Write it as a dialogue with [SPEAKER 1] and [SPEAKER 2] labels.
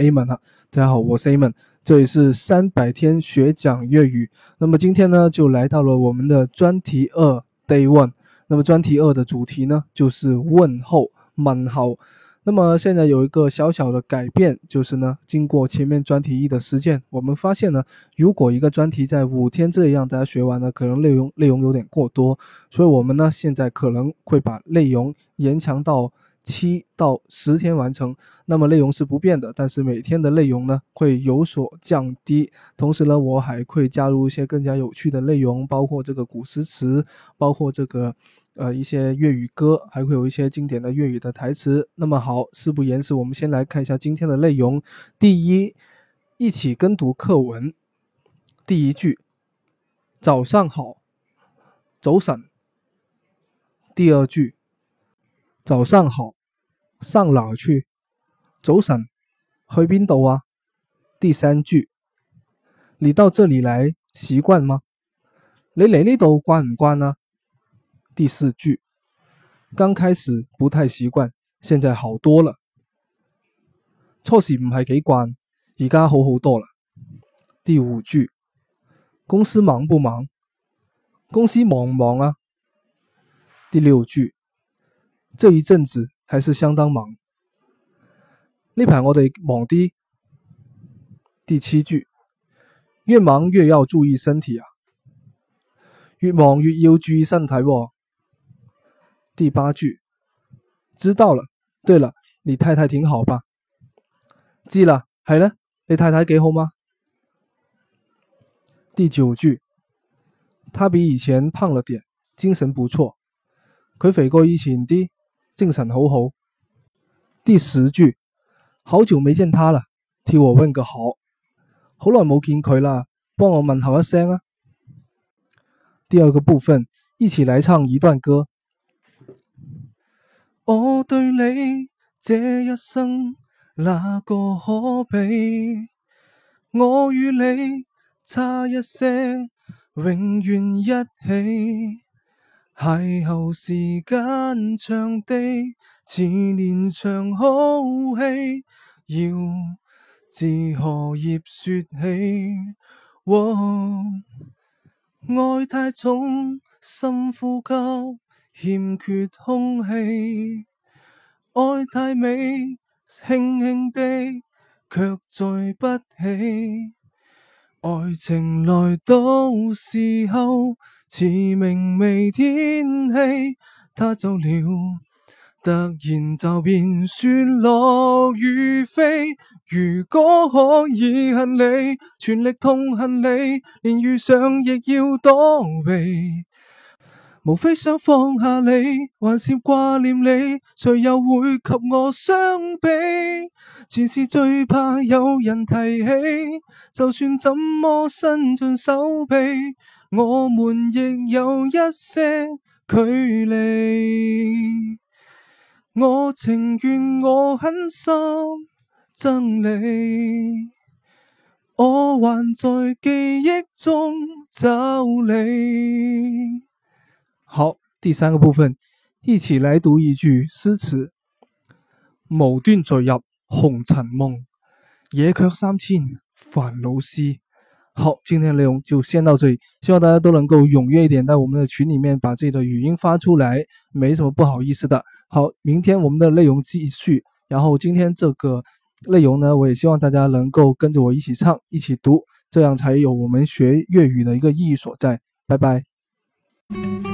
[SPEAKER 1] Amen 哈。大家好，我是 Amen， 这里是300天学讲粤语。那么今天呢，就来到了我们的专题2 Day 1。那么专题2的主题呢，就是问候问候。那么现在有一个小小的改变，就是呢，经过前面专题1的实践，我们发现呢，如果一个专题在5天这样大家学完呢，可能内容有点过多，所以我们呢现在可能会把内容延长到7到10天完成。那么内容是不变的，但是每天的内容呢会有所降低。同时呢，我还会加入一些更加有趣的内容，包括这个古诗词，包括这个一些粤语歌，还会有一些经典的粤语的台词。那么好，事不宜迟，我们先来看一下今天的内容。第一，一起跟读课文。第一句，早上好，早晨。第二句，早上好，上哪去？早晨，去邊度啊？第三句，你到這裡來習慣嗎？你嚟呢度慣唔慣啊？第四句，剛開始不太習慣，現在好多了。初時唔係幾慣，而家好好多啦。第五句，公司忙不忙？公司忙唔忙啊？第六句，這一陣子還是相當忙。呢排我哋忙啲。第七句，越忙越要注意身體啊，越忙越要注意身體喎。第八句，知道了，對了，你太太挺好吧？知啦，係呢，你太太幾好嗎？第九句，他比以前胖了點，精神不錯。佢肥過以前啲，精神好好。第10句，好久沒見他了，替我問個好。好耐冇見佢啦，幫我問候一聲啊。第二個部分，一起來唱一段歌。我對你這一生哪個可比？我與你差一些，永遠一起。邂逅時間長地，似連場好戲，要自何葉說起？愛太重，深呼吸，欠缺空氣。愛太美，輕輕的，卻載不起。愛情來到時候，似明媚天氣，它走了，突然就變雪落雨飛。如果可以恨你，全力痛恨你，連遇上亦要躲避。無非想放下你，還是掛念你，誰又會及我相比？前事最怕有人提起，就算怎麼伸盡手臂，我們亦有一些距離。我情願我狠心憎你，我還在記憶中找你。好，第三個部分，一起來讀一句詩詞。無端墜入紅塵夢，野卻三千煩惱絲。好，今天的內容就先到這裡，希望大家都能夠踴躍一點，在我們的群裡面把自己的語音發出來，沒什麼不好意思的。好，明天我們的內容繼續，然後今天這個內容呢，我也希望大家能夠跟着我一起唱，一起讀，這樣才有我們學粵語的一個意義所在。拜拜。